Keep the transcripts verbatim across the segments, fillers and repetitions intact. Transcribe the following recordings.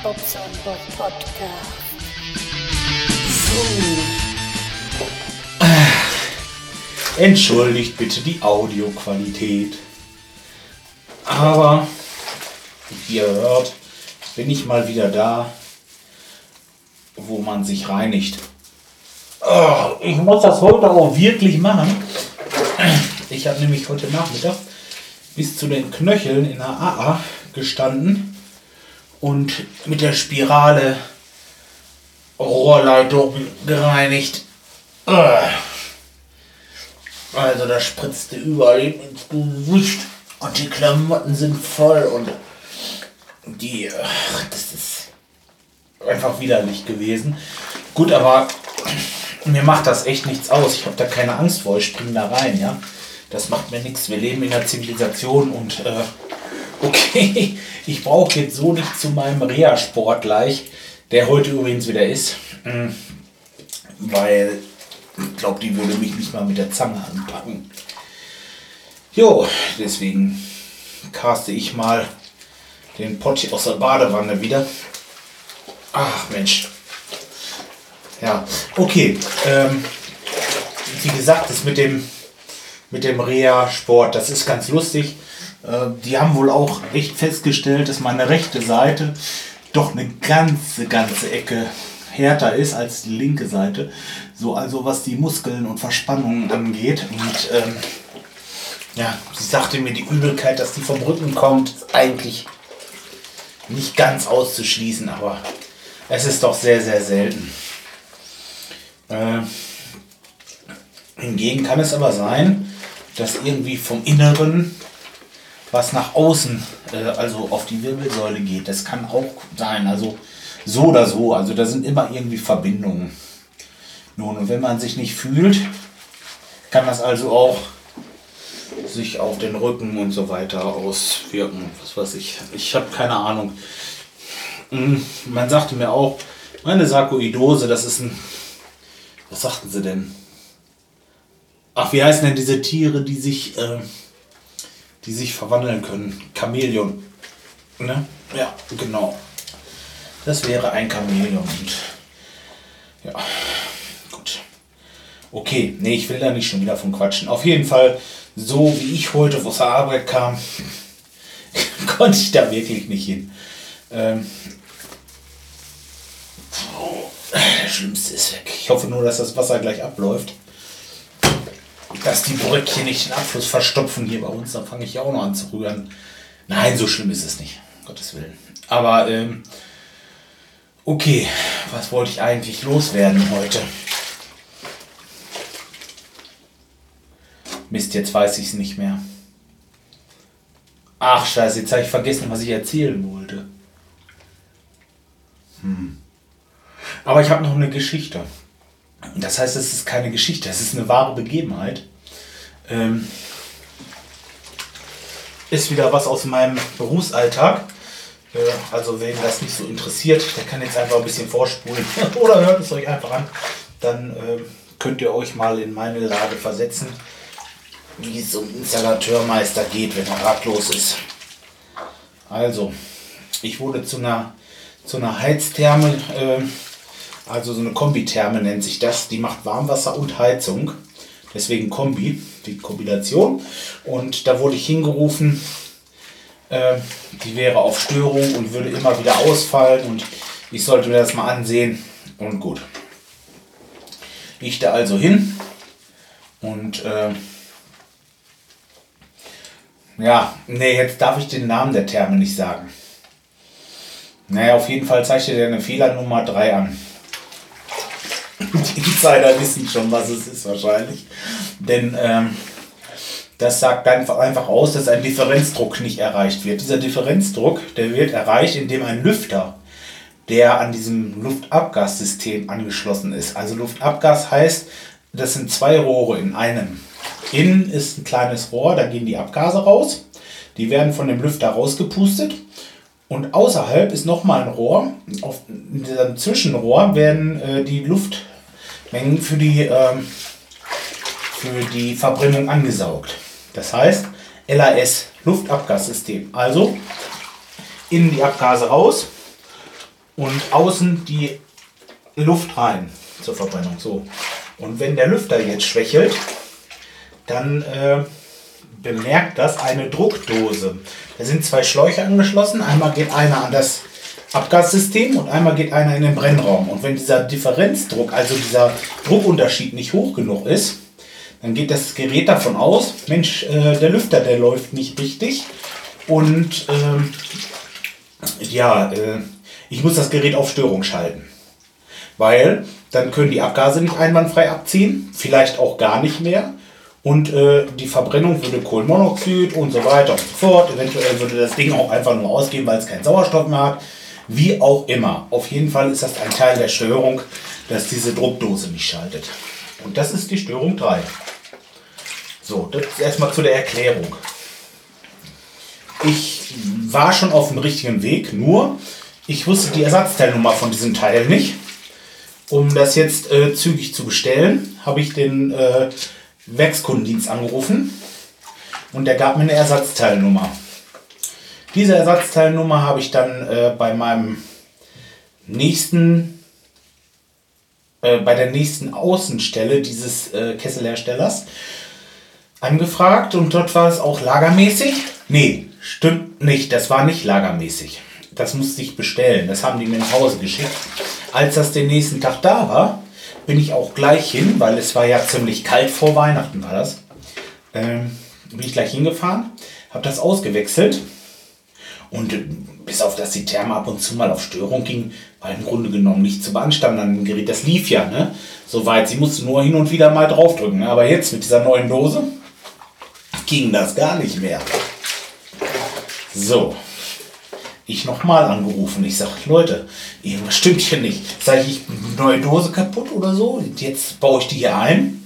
Bobs on Bob Podcast. So. Entschuldigt bitte die Audioqualität. Aber, wie ihr hört, bin ich mal wieder da, wo man sich reinigt. Oh, ich muss das heute auch wirklich machen. Ich habe nämlich heute Nachmittag bis zu den Knöcheln in der A A gestanden und mit der Spirale Rohrleitung gereinigt. Also da spritzte überall ins Gesicht und die Klamotten sind voll und die, das ist einfach widerlich gewesen. Gut, aber mir macht das echt nichts aus. Ich habe da keine Angst vor, ich springe da rein, ja. Das macht mir nichts. Wir leben in der Zivilisation und äh, okay, ich brauche jetzt so nicht zu meinem Reha-Sport gleich, der heute übrigens wieder ist, mh, weil ich glaube, die würde mich nicht mal mit der Zange anpacken. Jo, deswegen caste ich mal den Pott aus der Badewanne wieder. Ach Mensch. Ja, okay. Ähm, wie gesagt, das mit dem mit dem Reha-Sport, das ist ganz lustig. Äh, die haben wohl auch echt festgestellt, dass meine rechte Seite doch eine ganze, ganze Ecke härter ist als die linke Seite. So, also was die Muskeln und Verspannungen angeht. Und ähm, ja, sie sagte mir, die Übelkeit, dass die vom Rücken kommt, ist eigentlich nicht ganz auszuschließen, aber es ist doch sehr, sehr selten. Äh, hingegen kann es aber sein, dass irgendwie vom Inneren was nach außen, äh, also auf die Wirbelsäule geht. Das kann auch sein, also so oder so. Also da sind immer irgendwie Verbindungen. Nun, und wenn man sich nicht fühlt, kann das also auch sich auf den Rücken und so weiter auswirken. Was weiß ich. Ich habe keine Ahnung. Man sagte mir auch, meine Sarkoidose, das ist ein... Was sagten sie denn? Ach, wie heißen denn diese Tiere, die sich, äh, die sich verwandeln können? Chamäleon. Ne? Ja, genau. Das wäre ein Chamäleon. Und ja, gut. Okay, nee, ich will da nicht schon wieder von quatschen. Auf jeden Fall, so wie ich heute aus der Arbeit kam, konnte ich da wirklich nicht hin. Ähm, Das Schlimmste ist weg. Ich hoffe nur, dass das Wasser gleich abläuft. Dass die Bröckchen nicht den Abfluss verstopfen hier bei uns. Dann fange ich ja auch noch an zu rühren. Nein, so schlimm ist es nicht. Um Gottes Willen. Aber, ähm, okay. Was wollte ich eigentlich loswerden heute? Mist, jetzt weiß ich es nicht mehr. Ach, scheiße, jetzt habe ich vergessen, was ich erzählen wollte. Hm. Aber ich habe noch eine Geschichte. Das heißt, es ist keine Geschichte, es ist eine wahre Begebenheit. Ähm, ist wieder was aus meinem Berufsalltag. Äh, also wen das nicht so interessiert, der kann jetzt einfach ein bisschen vorspulen. Oder hört es euch einfach an. Dann äh, könnt ihr euch mal in meine Lage versetzen, wie es um Installateurmeister geht, wenn er ratlos ist. Also, ich wurde zu einer, zu einer Heiztherme... Äh, Also so eine Kombitherme nennt sich das. Die macht Warmwasser und Heizung. Deswegen Kombi, die Kombination. Und da wurde ich hingerufen. Äh, die wäre auf Störung und würde immer wieder ausfallen. Und ich sollte mir das mal ansehen. Und gut. Ich da also hin. Und äh, ja, nee, jetzt darf ich den Namen der Therme nicht sagen. Naja, auf jeden Fall zeigte der eine Fehlernummer drei an. Die Insider wissen schon, was es ist wahrscheinlich. Denn ähm, das sagt einfach, einfach aus, dass ein Differenzdruck nicht erreicht wird. Dieser Differenzdruck, der wird erreicht, indem ein Lüfter, der an diesem Luftabgassystem angeschlossen ist. Also Luftabgas heißt, das sind zwei Rohre in einem. Innen ist ein kleines Rohr, da gehen die Abgase raus. Die werden von dem Lüfter rausgepustet. Und außerhalb ist nochmal ein Rohr. Auf diesem Zwischenrohr werden äh, die Luftmengen für die, ähm, für die Verbrennung angesaugt. Das heißt L A S, Luftabgassystem. Also innen die Abgase raus und außen die Luft rein zur Verbrennung. So. Und wenn der Lüfter jetzt schwächelt, dann äh, bemerkt das eine Druckdose. Da sind zwei Schläuche angeschlossen. Einmal geht einer an das Abgassystem und einmal geht einer in den Brennraum. Und wenn dieser Differenzdruck, also dieser Druckunterschied nicht hoch genug ist, dann geht das Gerät davon aus, Mensch, äh, der Lüfter, der läuft nicht richtig. Und ähm, ja, äh, ich muss das Gerät auf Störung schalten. Weil dann können die Abgase nicht einwandfrei abziehen, vielleicht auch gar nicht mehr. Und äh, die Verbrennung würde Kohlenmonoxid und so weiter und so fort. Eventuell würde das Ding auch einfach nur ausgehen, weil es keinen Sauerstoff mehr hat. Wie auch immer. Auf jeden Fall ist das ein Teil der Störung, dass diese Druckdose nicht schaltet. Und das ist die Störung drei. So, das ist erstmal zu der Erklärung. Ich war schon auf dem richtigen Weg, nur ich wusste die Ersatzteilnummer von diesem Teil nicht. Um das jetzt äh, zügig zu bestellen, habe ich den äh, Werkskundendienst angerufen und der gab mir eine Ersatzteilnummer. Diese Ersatzteilnummer habe ich dann äh, bei meinem nächsten, äh, bei der nächsten Außenstelle dieses äh, Kesselherstellers angefragt und dort war es auch lagermäßig. Nee, stimmt nicht, das war nicht lagermäßig. Das musste ich bestellen, das haben die mir nach Hause geschickt. Als das den nächsten Tag da war, bin ich auch gleich hin, weil es war ja ziemlich kalt vor Weihnachten war das. Ähm, bin ich gleich hingefahren, habe das ausgewechselt und äh, bis auf das die Therme ab und zu mal auf Störung ging, war im Grunde genommen nicht zu beanstanden an dem Gerät. Das lief ja, ne? Soweit. Sie musste nur hin und wieder mal draufdrücken. Ne? Aber jetzt mit dieser neuen Dose ging das gar nicht mehr. So. Ich nochmal angerufen. Ich sage, Leute, irgendwas stimmt hier nicht. Sage ich, neue Dose kaputt oder so? Und jetzt baue ich die hier ein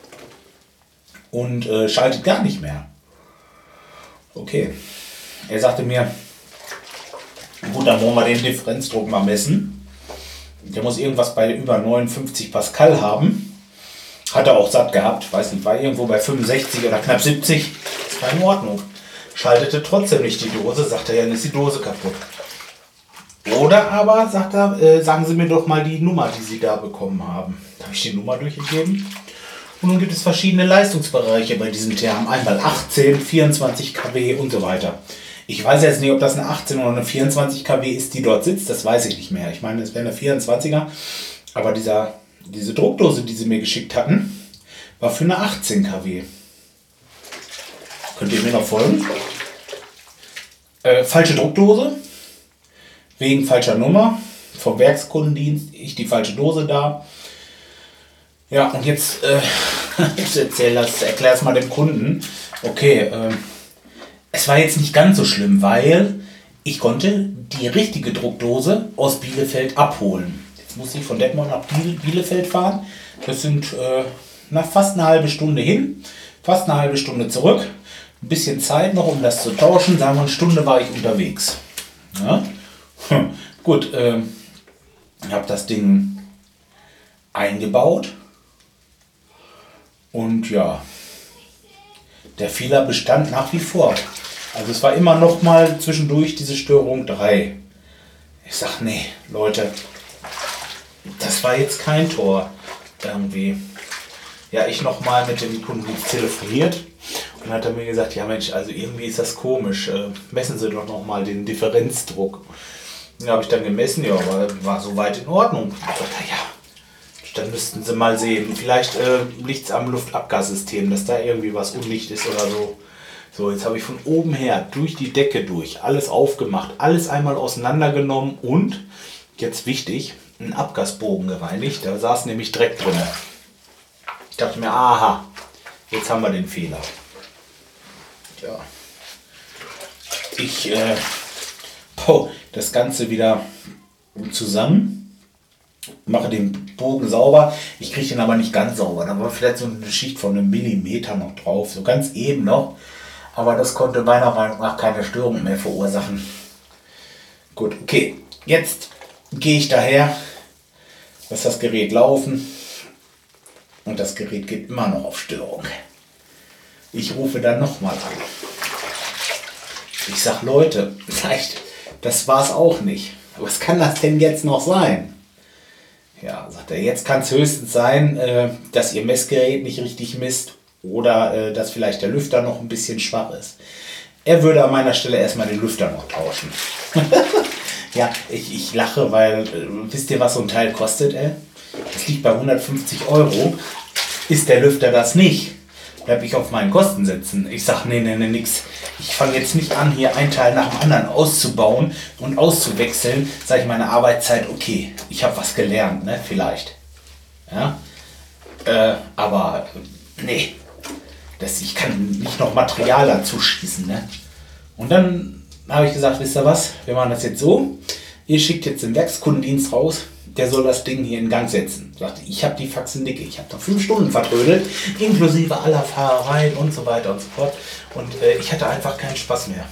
und äh, schaltet gar nicht mehr. Okay. Er sagte mir, gut, dann wollen wir den Differenzdruck mal messen. Der muss irgendwas bei über neunundfünfzig Pascal haben. Hat er auch satt gehabt. Weiß nicht, war irgendwo bei fünfundsechzig oder knapp siebzig. Das war in Ordnung. Schaltete trotzdem nicht die Dose, sagt er, ja, dann ist die Dose kaputt. Oder aber, sagt er, äh, sagen Sie mir doch mal die Nummer, die Sie da bekommen haben. Da habe ich die Nummer durchgegeben. Und nun gibt es verschiedene Leistungsbereiche bei diesem Therm. Einmal achtzehn, vierundzwanzig Kilowatt und so weiter. Ich weiß jetzt nicht, ob das eine achtzehn oder eine vierundzwanzig Kilowatt ist, die dort sitzt. Das weiß ich nicht mehr. Ich meine, es wäre eine vierundzwanziger. Aber dieser, diese Druckdose, die Sie mir geschickt hatten, war für eine achtzehn Kilowatt. Könnt ihr mir noch folgen? Äh, falsche Druckdose. Wegen falscher Nummer. Vom Werkskundendienst. Ich die falsche Dose da. Ja, und jetzt äh, ich erzähl das, erklär es mal dem Kunden. Okay, äh, es war jetzt nicht ganz so schlimm, weil ich konnte die richtige Druckdose aus Bielefeld abholen. Jetzt muss ich von Detmold nach Bielefeld fahren. Das sind äh, na, fast eine halbe Stunde hin, fast eine halbe Stunde zurück. Ein bisschen Zeit noch, um das zu tauschen. Sagen wir, eine Stunde war ich unterwegs. Ja? Hm. Gut, äh, ich habe das Ding eingebaut. Und ja, der Fehler bestand nach wie vor. Also es war immer noch mal zwischendurch diese Störung drei. Ich sag, nee, Leute, das war jetzt kein Tor. Irgendwie. Ja, ich noch mal mit dem Kunden telefoniert. Und dann hat er mir gesagt, ja Mensch, also irgendwie ist das komisch. Äh, messen Sie doch noch mal den Differenzdruck. Den habe ich dann gemessen, ja, aber war soweit in Ordnung. Ich dachte, ja, dann müssten Sie mal sehen. Vielleicht äh, liegt es am Luftabgassystem, dass da irgendwie was undicht ist oder so. So, jetzt habe ich von oben her durch die Decke durch alles aufgemacht, alles einmal auseinandergenommen und, jetzt wichtig, einen Abgasbogen gereinigt. Da saß nämlich Dreck drin. Ich dachte mir, aha, jetzt haben wir den Fehler. Ja. Ich äh, baue das Ganze wieder zusammen, mache den Bogen sauber. Ich kriege den aber nicht ganz sauber. Da war vielleicht so eine Schicht von einem Millimeter noch drauf, so ganz eben noch. Aber das konnte meiner Meinung nach keine Störung mehr verursachen. Gut, okay. Jetzt gehe ich daher, lasse das Gerät laufen und das Gerät geht immer noch auf Störung. Ich rufe dann nochmal an. Ich sag, Leute, vielleicht, das war es auch nicht. was kann das denn jetzt noch sein? Ja, sagt er, jetzt kann es höchstens sein, äh, dass Ihr Messgerät nicht richtig misst oder äh, dass vielleicht der Lüfter noch ein bisschen schwach ist. Er würde an meiner Stelle erstmal den Lüfter noch tauschen. Ja, ich, ich lache, weil, äh, wisst ihr, was so ein Teil kostet, ey? Das liegt bei hundertfünfzig Euro. Ist der Lüfter das nicht, bleib ich auf meinen Kosten sitzen. Ich sag, nee, nee, nee, nix. Ich fange jetzt nicht an, hier ein Teil nach dem anderen auszubauen und auszuwechseln. Sag ich meine Arbeitszeit, okay, ich habe was gelernt, ne, vielleicht. Ja, äh, aber nee, das, ich kann nicht noch Material dazu schießen, ne. Und dann habe ich gesagt, wisst ihr was, wir machen das jetzt so. Ihr schickt jetzt den Werkskundendienst raus, der soll das Ding hier in Gang setzen. Sagte, ich habe die Faxen dicke, ich habe da fünf Stunden vertrödelt, inklusive aller Fahrereien und so weiter und so fort. Und äh, ich hatte einfach keinen Spaß mehr.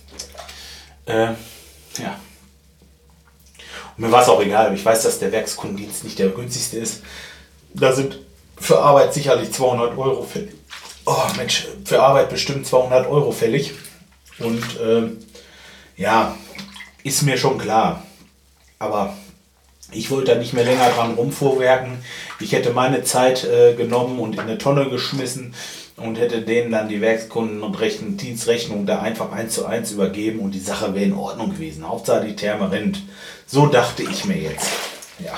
Äh, ja. Und mir war es auch egal, ich weiß, dass der Werkskundendienst nicht der günstigste ist. Da sind für Arbeit sicherlich zweihundert Euro fällig. Oh Mensch, für Arbeit bestimmt zweihundert Euro fällig. Und äh, ja, ist mir schon klar. Aber ich wollte da nicht mehr länger dran rumvorwerken. Ich hätte meine Zeit äh, genommen und in eine Tonne geschmissen und hätte denen dann die Werkskunden- und Rechen Dienstrechnung da einfach eins zu eins übergeben und die Sache wäre in Ordnung gewesen. Hauptsache die Therme rennt. So dachte ich mir jetzt. Ja.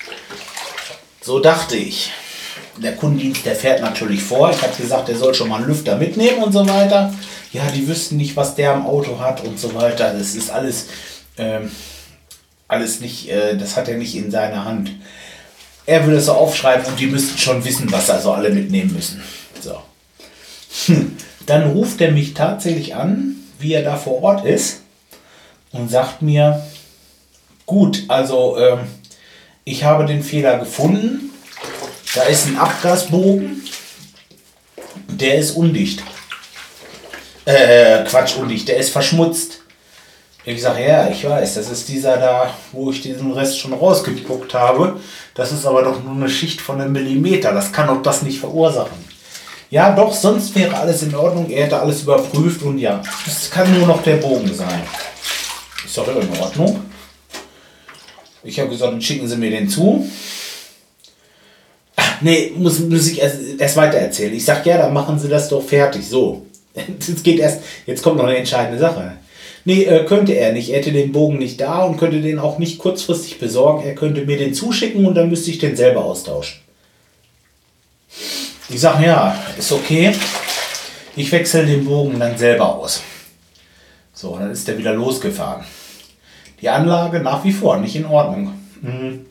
So dachte ich. Der Kundendienst, der fährt natürlich vor. Ich habe gesagt, der soll schon mal einen Lüfter mitnehmen und so weiter. Ja, die wüssten nicht, was der am Auto hat und so weiter. Das ist alles... Ähm, Alles nicht, äh, das hat er nicht in seiner Hand. Er würde es so aufschreiben und die müssten schon wissen, was also alle mitnehmen müssen. So. Hm. Dann ruft er mich tatsächlich an, wie er da vor Ort ist und sagt mir, gut, also ähm, ich habe den Fehler gefunden. Da ist ein Abgasbogen, der ist undicht. Äh, Quatsch, undicht, der ist verschmutzt. Ich sage, ja, ich weiß, das ist dieser da, wo ich diesen Rest schon rausgeguckt habe. Das ist aber doch nur eine Schicht von einem Millimeter. Das kann doch das nicht verursachen. Ja, doch, sonst wäre alles in Ordnung. Er hätte alles überprüft und ja, es kann nur noch der Bogen sein. Ist doch in Ordnung. Ich habe gesagt, dann schicken Sie mir den zu. Ach, nee, muss, muss ich erst, erst weiter erzählen. Ich sage, ja, dann machen Sie das doch fertig. So, jetzt geht erst, jetzt kommt noch eine entscheidende Sache. Nee, äh, könnte er nicht. Er hätte den Bogen nicht da und könnte den auch nicht kurzfristig besorgen. Er könnte mir den zuschicken und dann müsste ich den selber austauschen. Ich sage, ja, ist okay. Ich wechsle den Bogen dann selber aus. So, dann ist der wieder losgefahren. Die Anlage nach wie vor nicht in Ordnung. Mhm.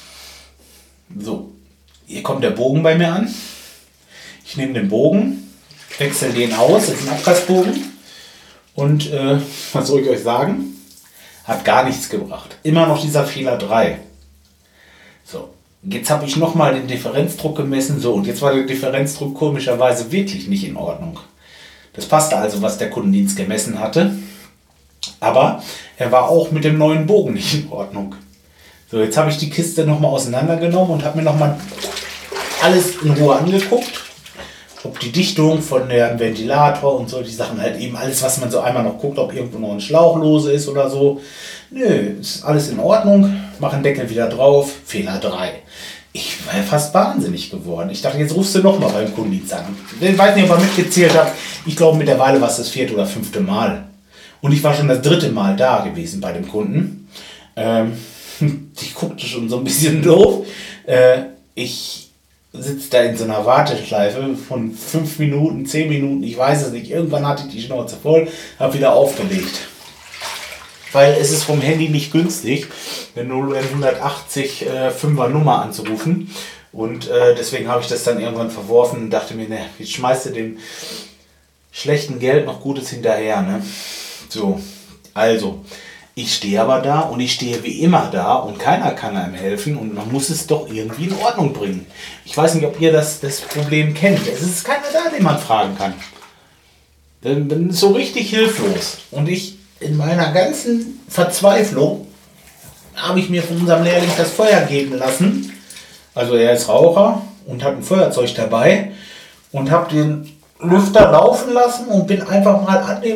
So, hier kommt der Bogen bei mir an. Ich nehme den Bogen, wechsle den aus, das ist ein Abgasbogen. Und äh, was soll ich euch sagen? Hat gar nichts gebracht. Immer noch dieser Fehler drei. So, jetzt habe ich nochmal den Differenzdruck gemessen. So, und jetzt war der Differenzdruck komischerweise wirklich nicht in Ordnung. Das passte also, was der Kundendienst gemessen hatte. Aber er war auch mit dem neuen Bogen nicht in Ordnung. So, jetzt habe ich die Kiste nochmal auseinandergenommen und habe mir nochmal alles in Ruhe angeguckt. Ob die Dichtung von dem Ventilator und so, die Sachen halt eben alles, was man so einmal noch guckt, ob irgendwo noch ein Schlauch lose ist oder so. Nö, ist alles in Ordnung. Mach den Deckel wieder drauf. Fehler drei. Ich war fast wahnsinnig geworden. Ich dachte, jetzt rufst du nochmal beim Kundendienst an. Ich weiß nicht, ob er mitgezählt hat. Ich glaube, mittlerweile war es das vierte oder fünfte Mal. Und ich war schon das dritte Mal da gewesen bei dem Kunden. Ähm, ich guckte schon so ein bisschen doof. Äh, ich sitzt da in so einer Warteschleife von fünf Minuten, zehn Minuten, ich weiß es nicht. Irgendwann hatte ich die Schnauze voll, habe wieder aufgelegt. Weil es ist vom Handy nicht günstig, eine null hundertachtzig äh, fünfer Nummer anzurufen. Und äh, deswegen habe ich das dann irgendwann verworfen und dachte mir, ne, jetzt schmeißt du dem schlechten Geld noch Gutes hinterher. Ne? So, also... Ich stehe aber da und ich stehe wie immer da und keiner kann einem helfen und man muss es doch irgendwie in Ordnung bringen. Ich weiß nicht, ob ihr das, das Problem kennt. Es ist keiner da, den man fragen kann. Dann bin ich so richtig hilflos. Und ich in meiner ganzen Verzweiflung habe ich mir von unserem Lehrling das Feuer geben lassen. Also er ist Raucher und hat ein Feuerzeug dabei und habe den Lüfter laufen lassen und bin einfach mal an dem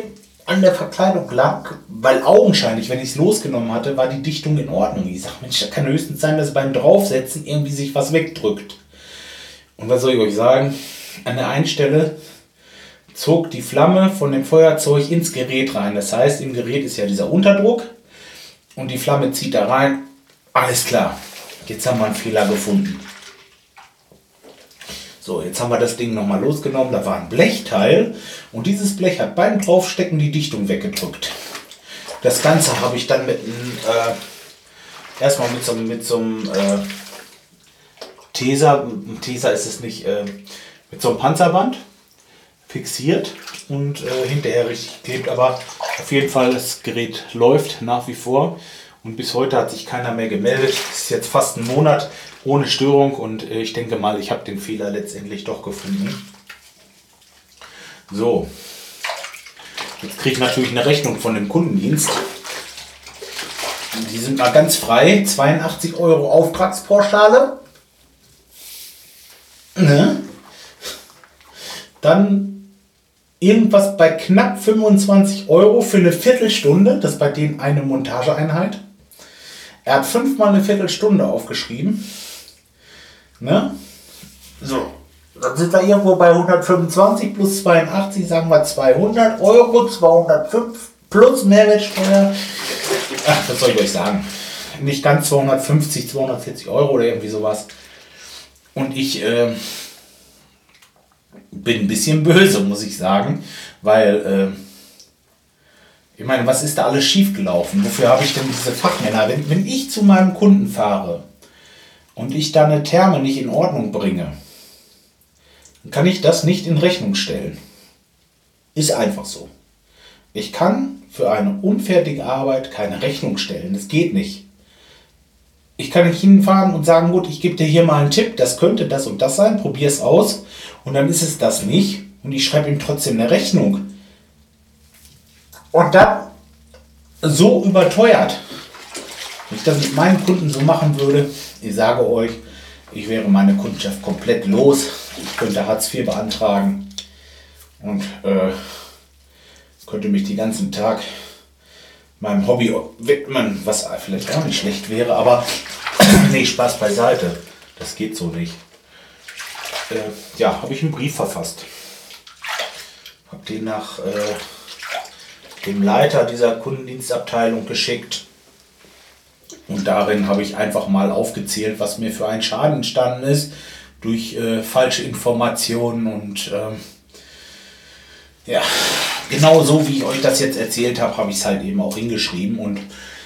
an der Verkleidung lag, weil augenscheinlich, wenn ich es losgenommen hatte, war die Dichtung in Ordnung. Ich sag, Mensch, das kann höchstens sein, dass beim Draufsetzen irgendwie sich was wegdrückt. Und was soll ich euch sagen? An der einen Stelle zog die Flamme von dem Feuerzeug ins Gerät rein. Das heißt, im Gerät ist ja dieser Unterdruck und die Flamme zieht da rein. Alles klar, jetzt haben wir einen Fehler gefunden. So, jetzt haben wir das Ding nochmal losgenommen. Da war ein Blechteil und dieses Blech hat beim Draufstecken die Dichtung weggedrückt. Das Ganze habe ich dann mit einem, äh, erstmal mit so, mit so einem äh, Teser, Teser ist es nicht, äh, mit so einem Panzerband fixiert und äh, hinterher richtig klebt. Aber auf jeden Fall, das Gerät läuft nach wie vor und bis heute hat sich keiner mehr gemeldet. Es ist jetzt fast ein Monat ohne Störung und äh, ich denke mal, ich habe den Fehler letztendlich doch gefunden. So, jetzt kriege ich natürlich eine Rechnung von dem Kundendienst. Die sind mal ganz frei, zweiundachtzig Euro Auftragspauschale. Ne? Dann irgendwas bei knapp fünfundzwanzig Euro für eine Viertelstunde. Das ist bei denen eine Montageeinheit. Er hat fünfmal eine Viertelstunde aufgeschrieben. Ne? So, dann sind wir irgendwo bei hundertfünfundzwanzig plus zweiundachtzig, sagen wir zweihundert Euro, zweihundertfünf plus Mehrwertsteuer. Ach, was soll ich euch sagen? Nicht ganz zweihundertfünfzig, zweihundertvierzig Euro oder irgendwie sowas. Und ich äh, bin ein bisschen böse, muss ich sagen, weil, äh, ich meine, was ist da alles schief gelaufen? Wofür habe ich denn diese Fachmänner? Wenn, wenn ich zu meinem Kunden fahre und ich da eine Therme nicht in Ordnung bringe, dann kann ich das nicht in Rechnung stellen. Ist einfach so. Ich kann für eine unfertige Arbeit keine Rechnung stellen. Das geht nicht. Ich kann nicht hinfahren und sagen, gut, ich gebe dir hier mal einen Tipp, das könnte das und das sein, probier es aus und dann ist es das nicht und ich schreibe ihm trotzdem eine Rechnung. Und dann so überteuert. Wenn ich das mit meinen Kunden so machen würde, ich sage euch, ich wäre meine Kundschaft komplett los. Ich könnte Hartz vier beantragen und äh, könnte mich den ganzen Tag meinem Hobby widmen, was vielleicht auch nicht schlecht wäre, aber nee, Spaß beiseite. Das geht so nicht. Äh, ja, habe ich einen Brief verfasst. Habe den nach äh, dem Leiter dieser Kundendienstabteilung geschickt. Und darin habe ich einfach mal aufgezählt, was mir für ein Schaden entstanden ist durch äh, falsche Informationen und ähm, ja, genau so wie ich euch das jetzt erzählt habe, habe ich es halt eben auch hingeschrieben. Und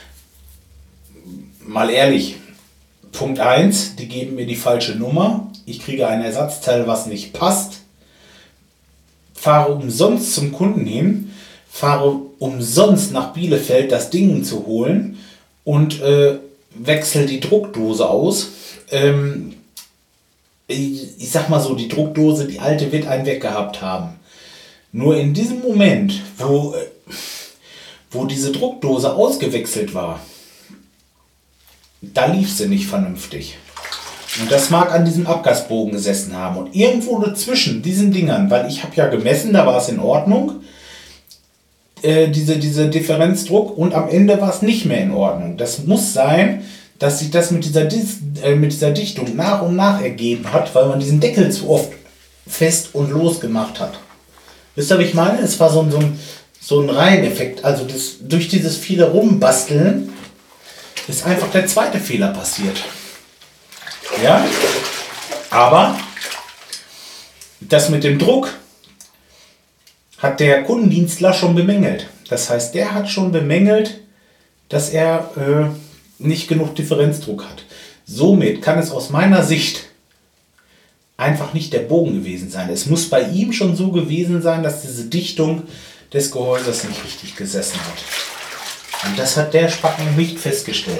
mal ehrlich, Punkt eins, die geben mir die falsche Nummer, ich kriege ein Ersatzteil, was nicht passt, fahre umsonst zum Kunden hin, fahre umsonst nach Bielefeld das Ding zu holen und äh, wechsle die Druckdose aus. Ähm, ich, ich sag mal so, die Druckdose, die alte wird einen weggehabt haben. Nur in diesem Moment, wo, wo diese Druckdose ausgewechselt war, da lief sie nicht vernünftig. Und das mag an diesem Abgasbogen gesessen haben. Und irgendwo dazwischen diesen Dingern, weil ich habe ja gemessen, da war es in Ordnung, äh, diese, diese Differenzdruck, und am Ende war es nicht mehr in Ordnung. Das muss sein, dass sich das mit dieser, Dis, äh, mit dieser Dichtung nach und nach ergeben hat, weil man diesen Deckel zu oft fest und los gemacht hat. Wisst ihr, was ich meine? Es war so ein, so ein, so ein Reiheneffekt. Also das, durch dieses viele Rumbasteln ist einfach der zweite Fehler passiert. Ja? Aber das mit dem Druck hat der Kundendienstler schon bemängelt. Das heißt, der hat schon bemängelt, dass er äh, nicht genug Differenzdruck hat. Somit kann es aus meiner Sicht einfach nicht der Bogen gewesen sein. Es muss bei ihm schon so gewesen sein, dass diese Dichtung des Gehäuses nicht richtig gesessen hat. Und das hat der Spacken nicht festgestellt.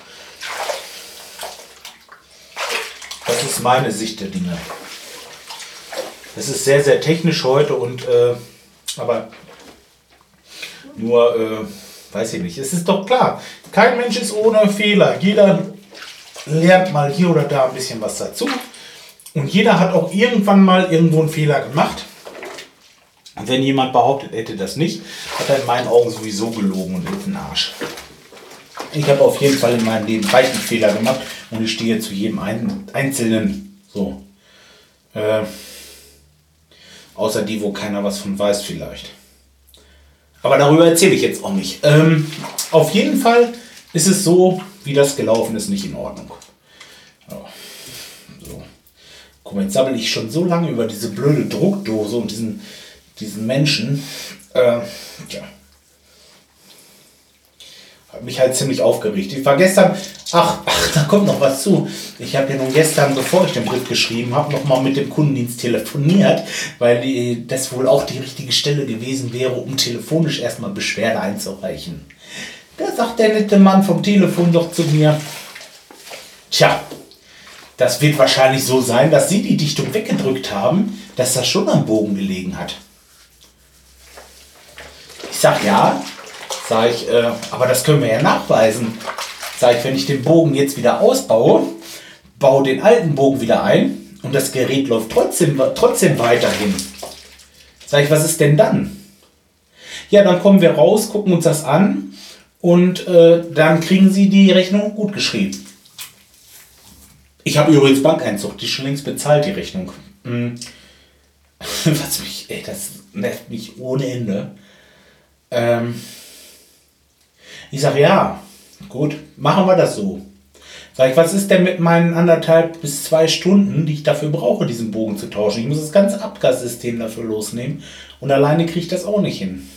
Das ist meine Sicht der Dinge. Es ist sehr, sehr technisch heute und äh, aber nur, äh, weiß ich nicht. Es ist doch klar, kein Mensch ist ohne Fehler. Jeder lernt mal hier oder da ein bisschen was dazu. Und jeder hat auch irgendwann mal irgendwo einen Fehler gemacht. Wenn jemand behauptet, er hätte das nicht, hat er in meinen Augen sowieso gelogen und ist ein Arsch. Ich habe auf jeden Fall in meinem Leben reichlich Fehler gemacht und ich stehe zu jedem ein, Einzelnen so. Äh, außer die, wo keiner was von weiß vielleicht. Aber darüber erzähle ich jetzt auch nicht. Ähm, auf jeden Fall ist es so, wie das gelaufen ist, nicht in Ordnung. Ja. So. Guck mal, jetzt sammle ich schon so lange über diese blöde Druckdose und diesen, diesen Menschen. Äh, ja. Hat mich halt ziemlich aufgeregt. Ich war gestern, ach, ach, da kommt noch was zu. Ich habe ja nun gestern, bevor ich den Brief geschrieben habe, nochmal mit dem Kundendienst telefoniert, weil die, das wohl auch die richtige Stelle gewesen wäre, um telefonisch erstmal Beschwerde einzureichen. Da sagt der nette Mann vom Telefon doch zu mir, tja, das wird wahrscheinlich so sein, dass Sie die Dichtung weggedrückt haben, dass das schon am Bogen gelegen hat. Ich sag ja, sag ich, äh, aber das können wir ja nachweisen. Sag ich, wenn ich den Bogen jetzt wieder ausbaue, baue den alten Bogen wieder ein und das Gerät läuft trotzdem, trotzdem weiterhin. Sag ich, was ist denn dann? Ja, dann kommen wir raus, gucken uns das an und äh, dann kriegen Sie die Rechnung gut geschrieben. Ich habe übrigens Bankeinzug, die schon längst bezahlt, die Rechnung. Hm. Was mich, ey, das nervt mich ohne Ende. Ähm, ich sage, ja, gut, machen wir das so. Sag ich, was ist denn mit meinen anderthalb bis zwei Stunden, die ich dafür brauche, diesen Bogen zu tauschen? Ich muss das ganze Abgassystem dafür losnehmen und alleine kriege ich das auch nicht hin.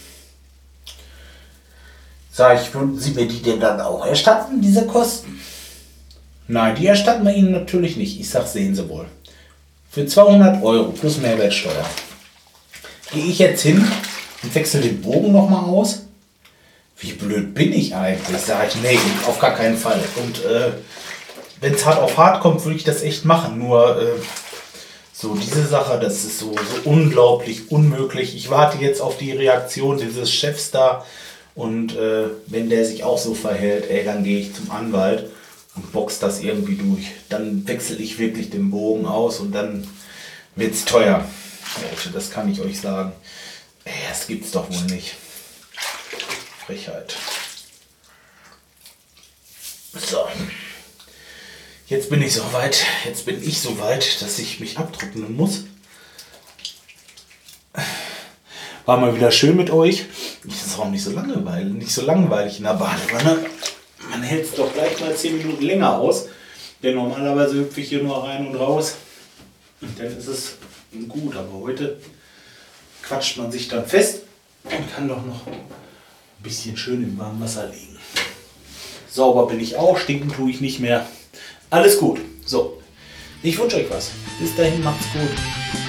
Sag ich, würden Sie mir die denn dann auch erstatten, diese Kosten? Nein, die erstatten wir Ihnen natürlich nicht. Ich sag, sehen Sie wohl. Für zweihundert Euro plus Mehrwertsteuer gehe ich jetzt hin und wechsle den Bogen nochmal aus. Wie blöd bin ich eigentlich? Sag ich, nee, auf gar keinen Fall. Und äh, wenn es hart auf hart kommt, würde ich das echt machen. Nur äh, so diese Sache, das ist so, so unglaublich unmöglich. Ich warte jetzt auf die Reaktion dieses Chefs da. Und äh, wenn der sich auch so verhält, ey, dann gehe ich zum Anwalt und box das irgendwie durch. Dann wechsle ich wirklich den Bogen aus und dann wird es teuer. Leute, das kann ich euch sagen. Ey, das gibt's doch wohl nicht. Frechheit. So. Jetzt bin ich so weit, jetzt bin ich so weit, dass ich mich abtrocknen muss. War mal wieder schön mit euch. Es ist auch nicht so langweilig, nicht so langweilig in der Badewanne. Man hält es doch gleich mal zehn Minuten länger aus. Denn normalerweise hüpfe ich hier nur rein und raus. Und dann ist es gut. Aber heute quatscht man sich dann fest und kann doch noch ein bisschen schön im warmen Wasser liegen. Sauber bin ich auch, stinken tue ich nicht mehr. Alles gut. So, ich wünsche euch was. Bis dahin, macht's gut.